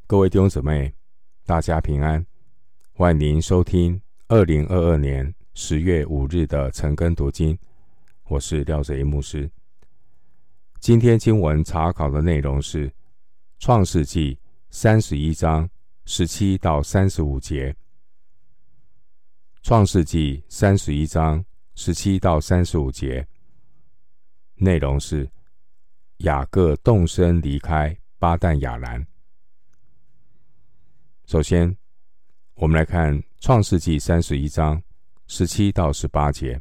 各位弟兄姊妹，大家平安，欢迎您收听2022年10月5日的晨更读经。我是廖哲一牧师。今天经文查考的内容是创世纪31章17到35节。创世纪31章17到35节，内容是雅各动身离开巴旦亚兰。首先，我们来看创世纪31章17到18节。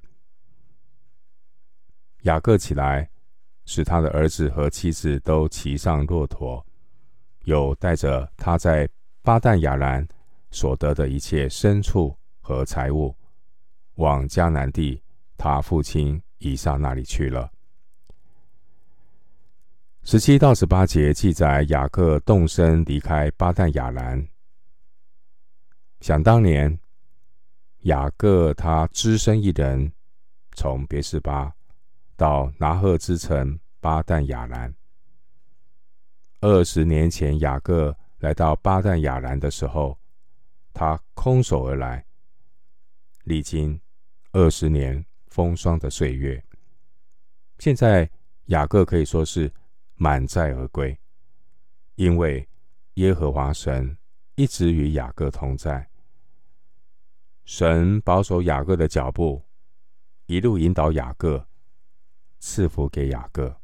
雅各起来，使他的儿子和妻子都骑上骆驼，又带着他在巴旦亚兰所得的一切牲畜和财物，往迦南地他父亲以撒那里去了。17到18节记载雅各动身离开巴旦亚兰。想当年，雅各他只身一人，从别是巴到拿鹤之城巴旦亚兰。20年前，雅各来到巴旦亚兰的时候，他空手而来，历经20年风霜的岁月。现在雅各可以说是满载而归，因为耶和华神一直与雅各同在。神保守雅各的脚步，一路引导雅各，赐福给雅各。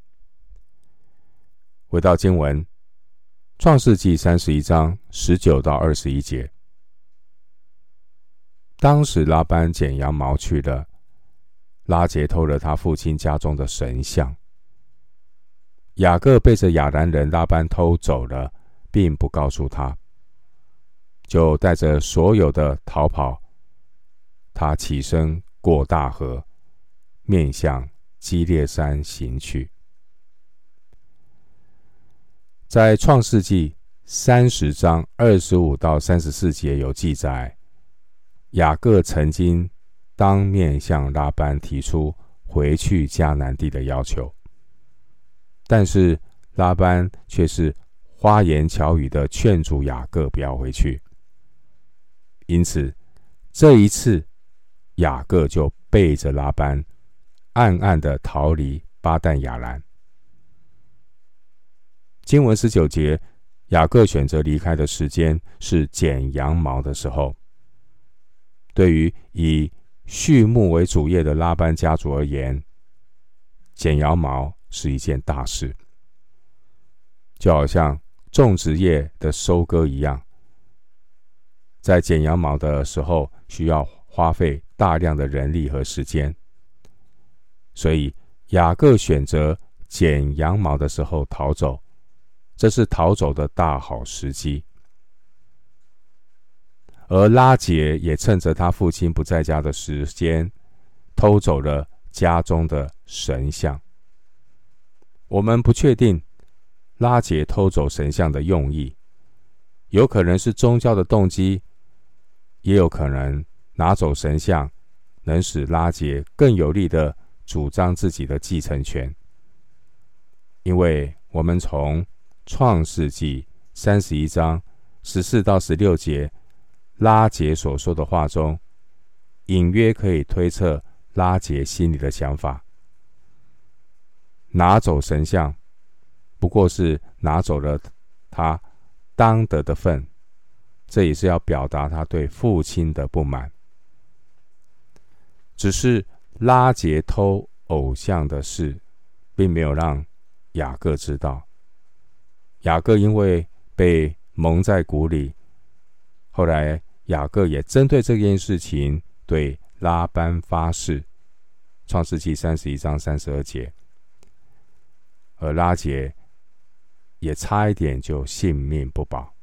回到经文，创世纪31章19到21节。当时拉班剪羊毛去了，拉结偷了他父亲家中的神像。雅各被着亚兰人拉班偷走了，并不告诉他，就带着所有的逃跑。他起身过大河，面向基列山行去。在创世纪30章25到34节有记载，雅各曾经当面向拉班提出回去迦南地的要求，但是拉班却是花言巧语的劝阻雅各不要回去。因此这一次雅各就背着拉班暗暗地逃离巴旦亚兰。经文19节，雅各选择离开的时间是剪羊毛的时候。对于以畜牧为主业的拉班家族而言，剪羊毛是一件大事，就好像种植业的收割一样。在剪羊毛的时候，需要花费大量的人力和时间，所以雅各选择剪羊毛的时候逃走，这是逃走的大好时机。而拉结也趁着他父亲不在家的时间，偷走了家中的神像。我们不确定拉结偷走神像的用意，有可能是宗教的动机，也有可能拿走神像能使拉结更有力的主张自己的继承权。因为我们从创世纪31章14到16节拉结所说的话中，隐约可以推测拉结心里的想法。拿走神像不过是拿走了他当得的份，这也是要表达他对父亲的不满。只是拉结偷偶像的事并没有让雅各知道。雅各因为被蒙在鼓里，后来雅各也针对这件事情对拉班发誓，创世纪31章32节。而拉结也差一点就性命不保。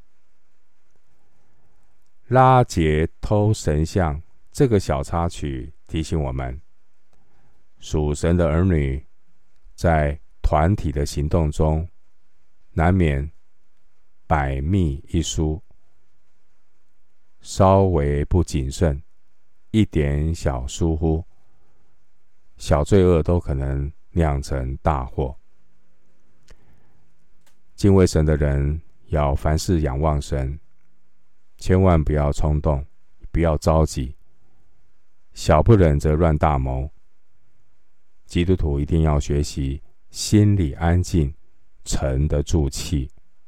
拉结偷神像这个小插曲提醒我们，属神的儿女在团体的行动中，难免百密一疏，稍微不谨慎，一点小疏忽，小罪恶都可能酿成大祸。敬畏神的人要凡事仰望神，千万不要冲动，不要着急，小不忍则乱大谋。基督徒一定要学习心里安静，沉得住气。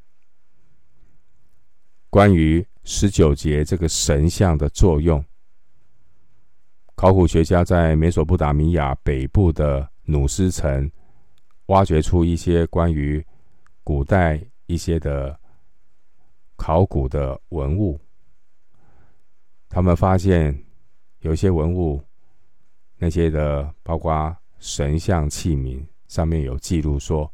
关于19节这个神像的作用，考古学家在美索不达米亚北部的努斯城挖掘出一些关于古代一些的考古的文物。他们发现有一些文物，那些的包括神像器皿上面有记录说，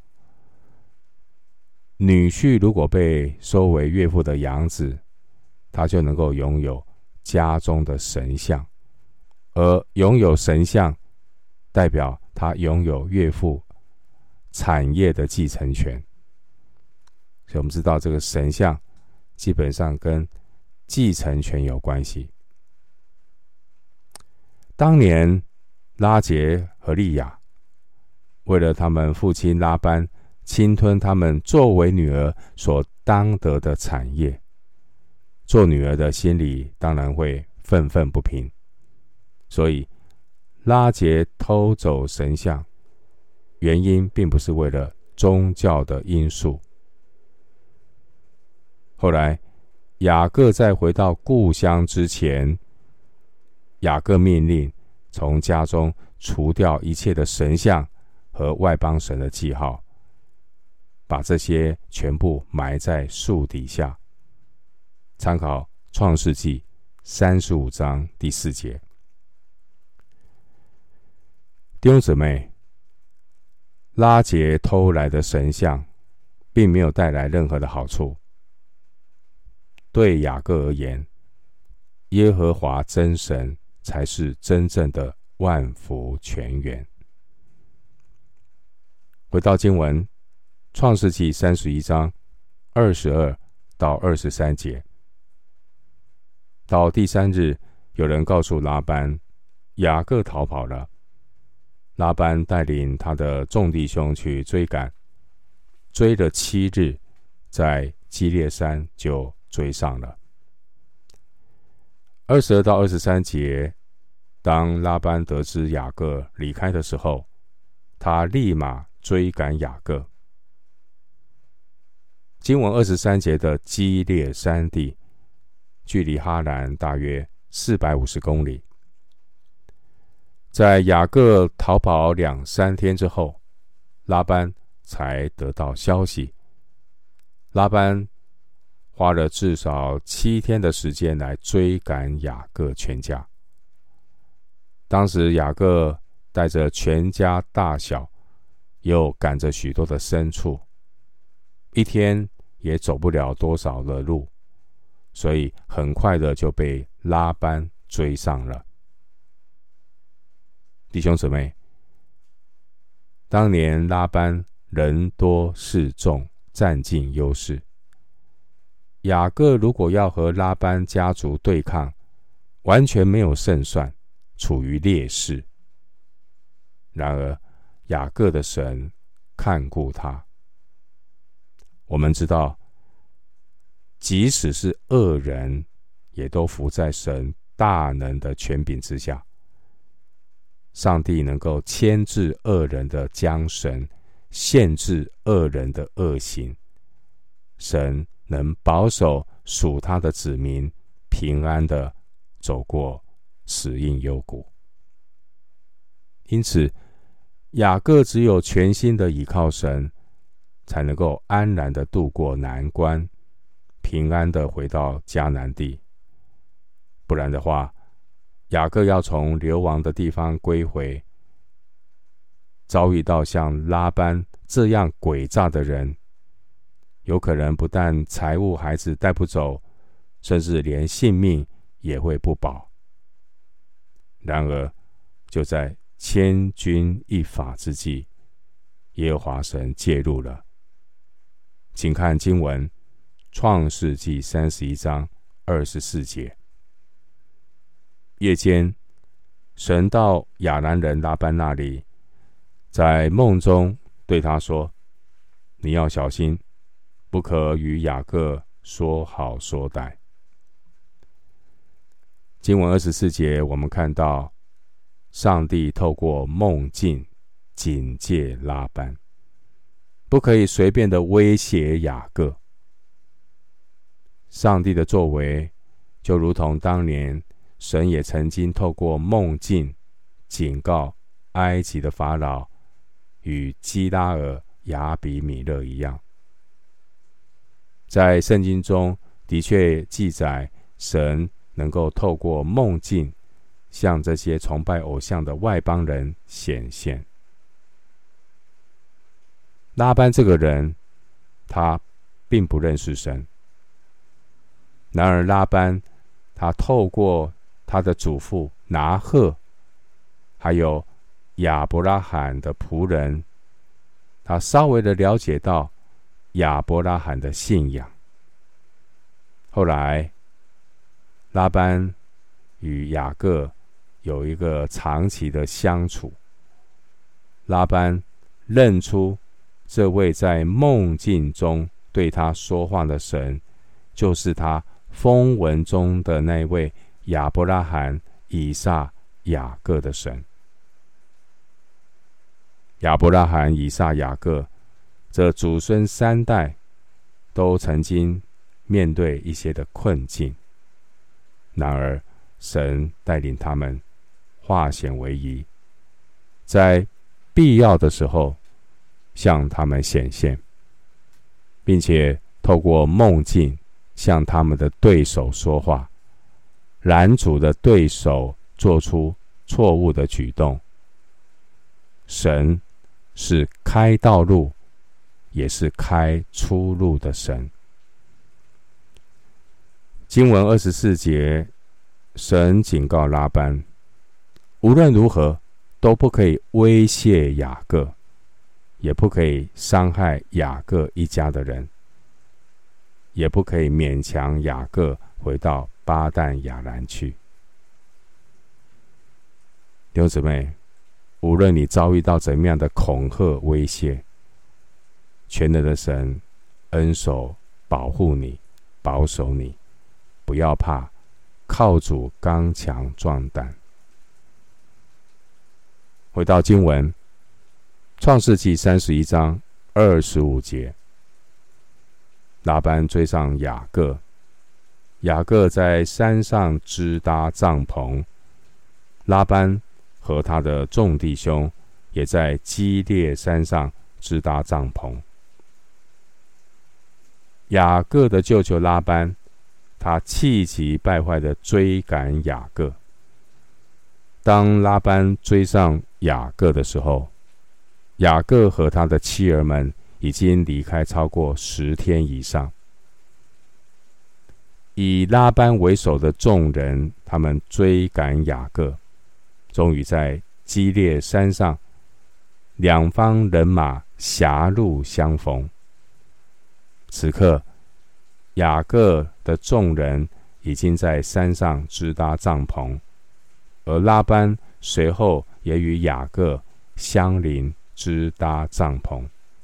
女婿如果被收为岳父的养子，他就能够拥有家中的神像，而拥有神像代表他拥有岳父产业的继承权。所以我们知道这个神像基本上跟继承权有关系。当年拉结和利亚为了他们父亲拉班侵吞他们作为女儿所当得的产业，做女儿的心里当然会愤愤不平，所以拉结偷走神像，原因并不是为了宗教的因素。后来雅各在回到故乡之前，雅各命令从家中除掉一切的神像和外邦神的记号，把这些全部埋在树底下。参考创世纪35章第4节。弟兄姊妹，拉结偷来的神像并没有带来任何的好处。对雅各而言，耶和华真神才是真正的万福泉源。回到经文，创世纪31章22到23节。到第3日，有人告诉拉班，雅各逃跑了。拉班带领他的众弟兄去追赶，追了7日，在基列山就追上了。22到23节，当拉班得知雅各离开的时候，他立马追赶雅各。经文23节的基列山地，距离哈兰大约450公里。在雅各逃跑2-3天之后，拉班才得到消息。拉班花了至少7天的时间来追赶雅各全家。当时雅各带着全家大小，又赶着许多的牲畜，一天也走不了多少的路，所以很快的就被拉班追上了。弟兄姊妹，当年拉班人多势众，占尽优势。雅各如果要和拉班家族对抗，完全没有胜算，处于劣势。然而雅各的神看顾他。我们知道，即使是恶人，也都服在神大能的权柄之下。上帝能够牵制恶人的缰绳，限制恶人的恶行。神能保守属他的子民平安的走过死荫幽谷。因此雅各只有全心的倚靠神，才能够安然的度过难关，平安的回到迦南地。不然的话，雅各要从流亡的地方归回，遭遇到像拉班这样诡诈的人，有可能不但财物孩子带不走，甚至连性命也会不保。然而就在千钧一发之际，耶和华神介入了。请看经文，创世纪31章24节。夜间，神到亚兰人拉班那里，在梦中对他说：你要小心， 不可与雅各说好说歹。经文24节，我们看到上帝透过梦境警戒拉班，不可以随便的威胁雅各。上帝的作为就如同当年神也曾经透过梦境警告埃及的法老与基拉尔亚比米勒一样。在圣经中的确记载神能够透过梦境向这些崇拜偶像的外邦人显现。拉班这个人，他并不认识神，然而拉班他透过他的祖父拿鹤，还有亚伯拉罕的仆人，他稍微的了解到亚伯拉罕的信仰。后来拉班与雅各有一个长期的相处，拉班认出这位在梦境中对他说话的神，就是他风闻中的那位亚伯拉罕、以撒、雅各的神。亚伯拉罕、以撒、雅各这祖孙三代都曾经面对一些的困境，然而神带领他们化险为夷，在必要的时候向他们显现，并且透过梦境向他们的对手说话，拦阻的对手做出错误的举动。神是开道路，也是开出路的神。经文24节，神警告拉班，无论如何都不可以威胁雅各，也不可以伤害雅各一家的人，也不可以勉强雅各回到巴旦亚兰去。弟兄姊妹，无论你遭遇到怎么样的恐吓威胁，全能的神恩手保护你，保守你，不要怕，靠主刚强壮胆。回到经文，创世纪31章25节，拉班追上雅各，雅各在山上支搭帐篷，拉班和他的众弟兄也在基列山上支搭帐篷。雅各的舅舅拉班，他气急败坏地追赶雅各。当拉班追上雅各的时候，雅各和他的妻儿们已经离开超过10天以上。以拉班为首的众人，他们追赶雅各，终于在基列山上，两方人马狭路相逢。此刻，雅各的众人已经在山上支搭帐篷，而拉班随后也与雅各相邻支搭帐篷。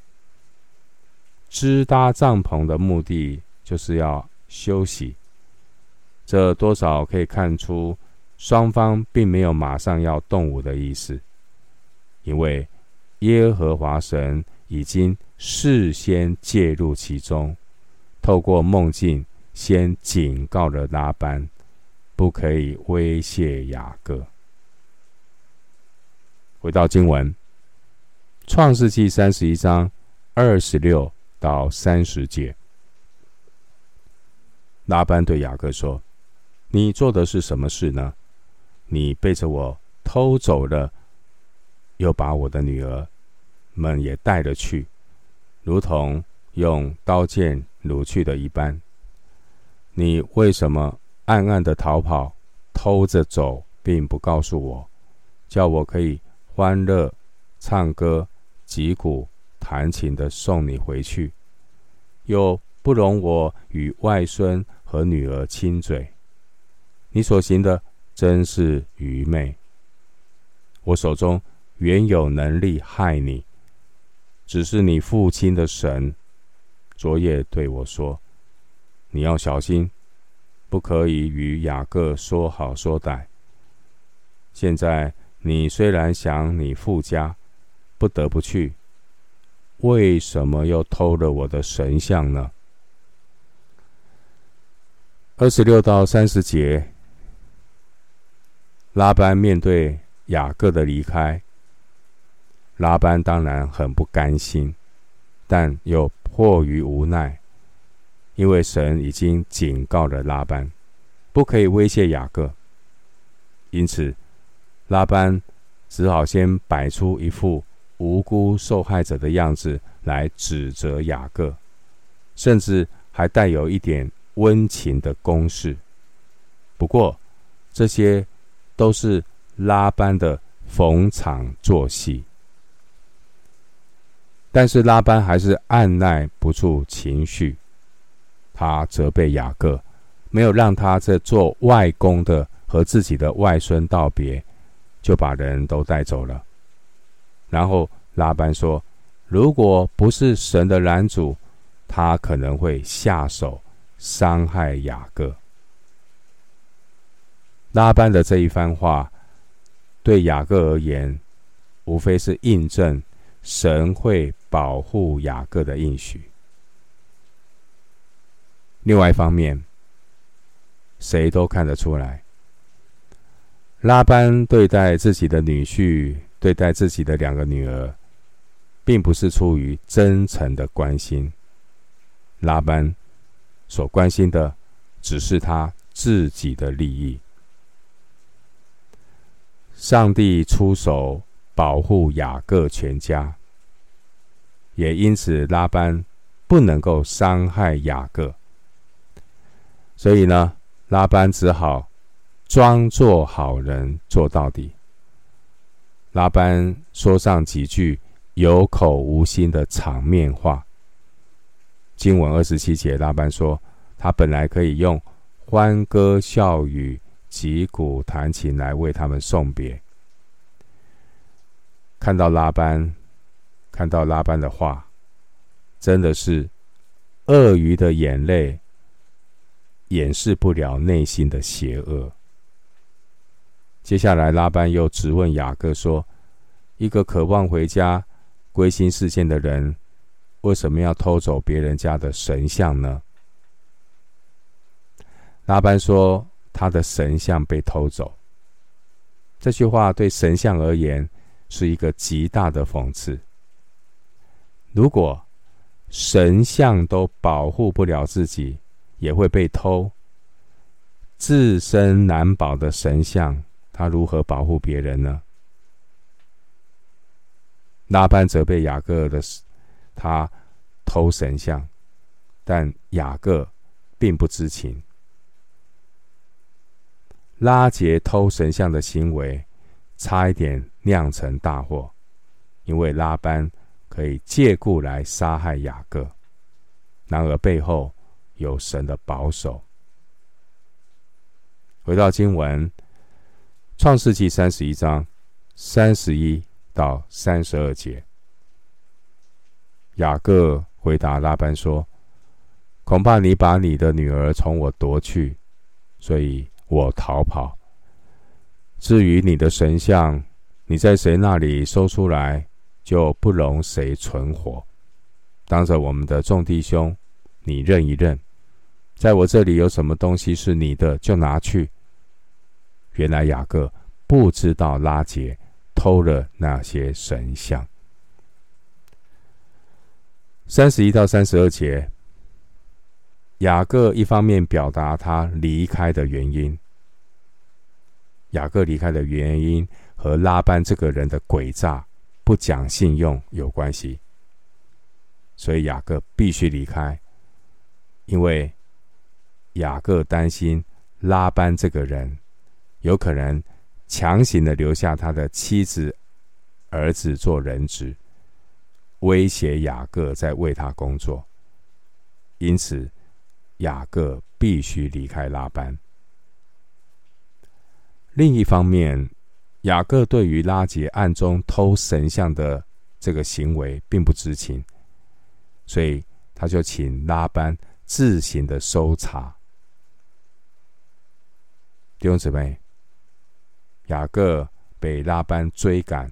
支搭帐篷的目的就是要休息，这多少可以看出双方并没有马上要动武的意思，因为耶和华神已经事先介入其中，透过梦境先警告了拉班，不可以威胁雅各。回到经文，创世纪31章26到30节，拉班对雅各说：你做的是什么事呢？你背着我偷走了，又把我的女儿们也带了去，如同用刀剑掳去的一般。你为什么暗暗的逃跑，偷着走，并不告诉我，叫我可以欢乐、唱歌、击鼓、弹琴的送你回去，又不容我与外孙和女儿亲嘴？你所行的真是愚昧。我手中原有能力害你，只是你父亲的神昨夜对我说：你要小心，不可以与雅各说好说歹。现在你虽然想你父家，不得不去，为什么又偷了我的神像呢？26到30节，拉班面对雅各的离开，拉班当然很不甘心，但又迫于无奈，因为神已经警告了拉班，不可以威胁雅各，因此拉班只好先摆出一副无辜受害者的样子来指责雅各，甚至还带有一点温情的攻势。不过这些都是拉班的逢场作戏，但是拉班还是按耐不住情绪，他责备雅各没有让他这做外公的和自己的外孙道别，就把人都带走了。然后拉班说，如果不是神的拦阻，他可能会下手伤害雅各。拉班的这一番话对雅各而言，无非是印证神会保护雅各的应许。另外一方面，谁都看得出来，拉班对待自己的女婿，对待自己的2个女儿，并不是出于真诚的关心。拉班所关心的只是他自己的利益。上帝出手保护雅各全家，也因此拉班不能够伤害雅各，所以呢，拉班只好装作好人做到底。拉班说上几句有口无心的场面话。经文27节，拉班说他本来可以用欢歌笑语、击鼓弹琴来为他们送别。看到拉班的话，真的是鳄鱼的眼泪掩饰不了内心的邪恶。接下来拉班又质问雅各说，一个渴望回家归心似箭的人，为什么要偷走别人家的神像呢？拉班说他的神像被偷走，这句话对神像而言是一个极大的讽刺。如果神像都保护不了自己，也会被偷，自身难保的神像，他如何保护别人呢？拉班责备雅各的他偷神像，但雅各并不知情。拉结偷神像的行为差一点酿成大祸，因为拉班可以借故来杀害雅各，然而背后有神的保守。回到经文，创世纪31章31到32节，雅各回答拉班说，恐怕你把你的女儿从我夺去，所以我逃跑。至于你的神像，你在谁那里搜出来，就不容谁存活。当着我们的众弟兄，你认一认，在我这里有什么东西是你的，就拿去。原来雅各不知道拉结偷了那些神像。31到32节，雅各一方面表达他离开的原因。雅各离开的原因和拉班这个人的诡诈、不讲信用有关系，所以雅各必须离开，因为雅各担心拉班这个人有可能强行的留下他的妻子、儿子做人质，威胁雅各在为他工作，因此雅各必须离开拉班。另一方面，雅各对于拉结暗中偷神像的这个行为并不知情，所以他就请拉班自行的搜查。弟兄姊妹，雅各被拉班追赶，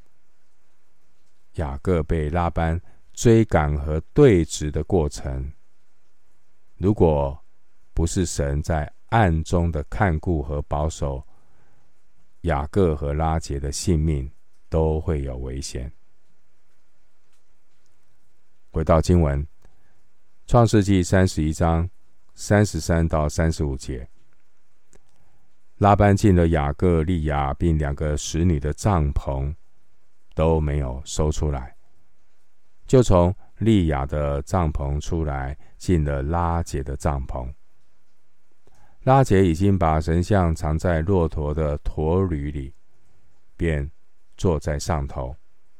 雅各被拉班追赶和对峙的过程，如果不是神在暗中的看顾和保守，雅各和拉结的性命都会有危险。回到经文，创世纪31章33到35节，拉班进了雅各、利亚并2个使女的帐篷，都没有搜出来，就从利亚的帐篷出来，进了拉结的帐篷。拉结已经把神像藏在骆驼的驼驴里，便坐在上头。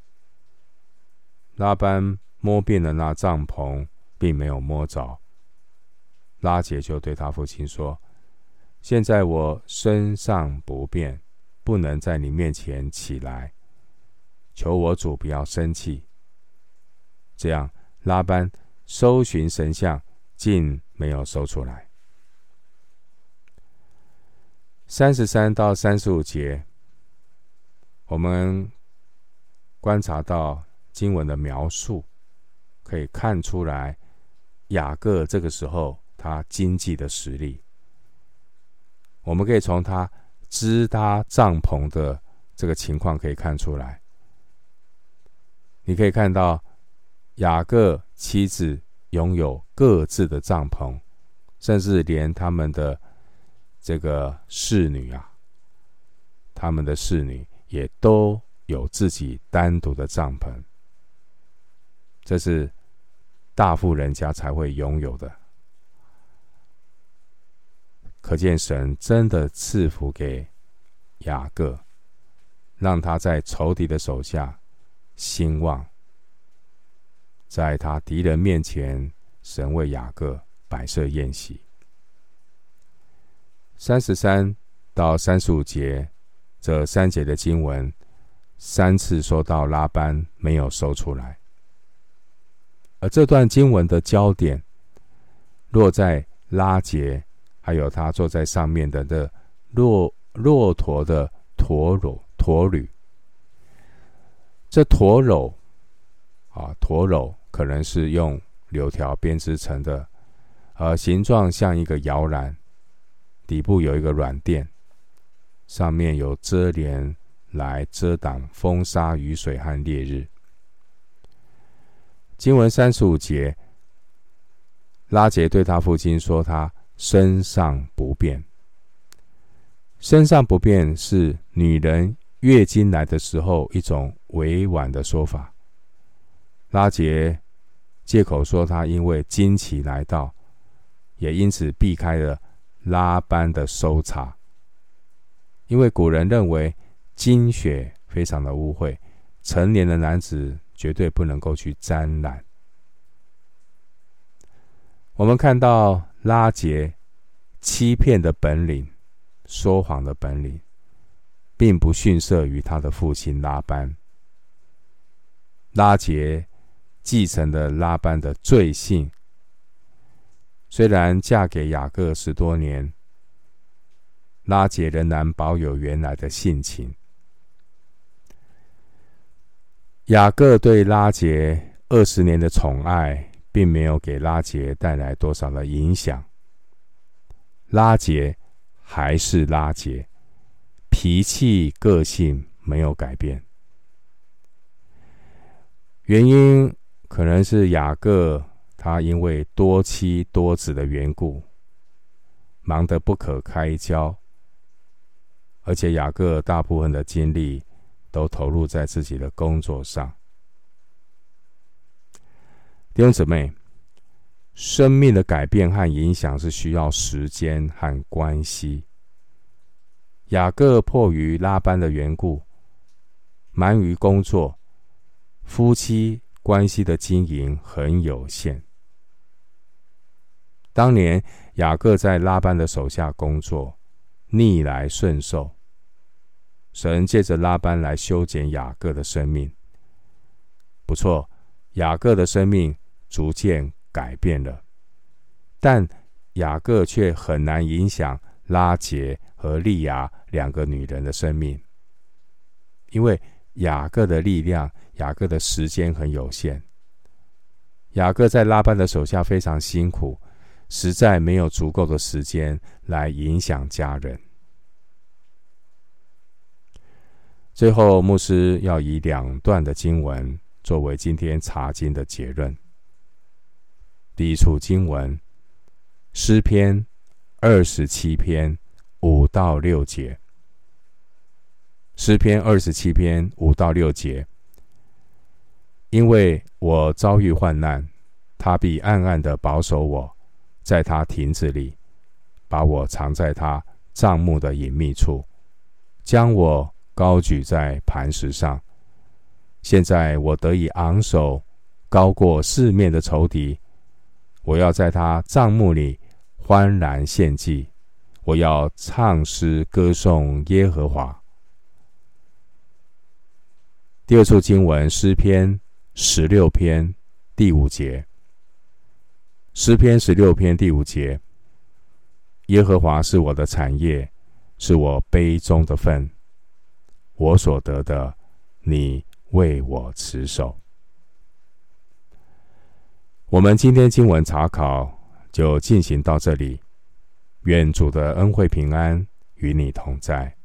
拉班摸遍了那帐篷，并没有摸着。拉结就对他父亲说：现在我身上不便，不能在你面前起来，求我主不要生气。这样拉班搜寻神像，竟没有搜出来。33到35节，我们观察到经文的描述，可以看出来雅各这个时候他经济的实力。我们可以从他支搭帐篷的这个情况可以看出来。你可以看到雅各妻子拥有各自的帐篷，甚至连他们的这个侍女他们的侍女也都有自己单独的帐篷，这是大富人家才会拥有的。可见神真的赐福给雅各，让他在仇敌的手下兴旺。在他敌人面前，神为雅各摆设宴席。33到35节，这3节的经文3次说到拉班没有搜出来，而这段经文的焦点落在拉结，还有他坐在上面的骆驼的驼驴。这驼蝋可能是用柳条编织成的，形状像一个摇篮，底部有一个软垫，上面有遮帘来遮挡风沙、雨水和烈日。经文35节，拉结对他父亲说他身上不便。身上不便是女人月经来的时候一种委婉的说法。拉结借口说他因为经期来到，也因此避开了拉班的搜查。因为古人认为经血非常的污秽，成年的男子绝对不能够去沾染。我们看到拉结欺骗的本领、说谎的本领，并不逊色于他的父亲拉班。拉结继承了拉班的罪性，虽然嫁给雅各10多年，拉结仍然保有原来的性情。雅各对拉结20年的宠爱，并没有给拉结带来多少的影响。拉结还是拉结，脾气个性没有改变。原因可能是雅各他因为多妻多子的缘故，忙得不可开交，而且雅各大部分的精力都投入在自己的工作上。弟兄姊妹，生命的改变和影响是需要时间和关系。雅各迫于拉班的缘故，忙于工作，夫妻关系的经营很有限。当年雅各在拉班的手下工作，逆来顺受，神借着拉班来修剪雅各的生命。不错，雅各的生命逐渐改变了，但雅各却很难影响拉结和利亚两个女人的生命，因为雅各的力量，雅各的时间很有限。雅各在拉班的手下非常辛苦，实在没有足够的时间来影响家人。最后，牧师要以2段的经文作为今天查经的结论。第一处经文，诗篇27篇5到6节。诗篇27篇5到6节，因为我遭遇患难，他必暗暗地保守我，在他亭子里，把我藏在他帐幕的隐秘处，将我高举在磐石上。现在我得以昂首，高过四面的仇敌。我要在他帐幕里欢然献祭，我要唱诗歌颂耶和华。第二处经文，诗篇16篇第5节。诗篇16篇第5节，耶和华是我的产业，是我杯中的分，我所得的，你为我持守。我们今天经文查考就进行到这里，愿主的恩惠平安与你同在。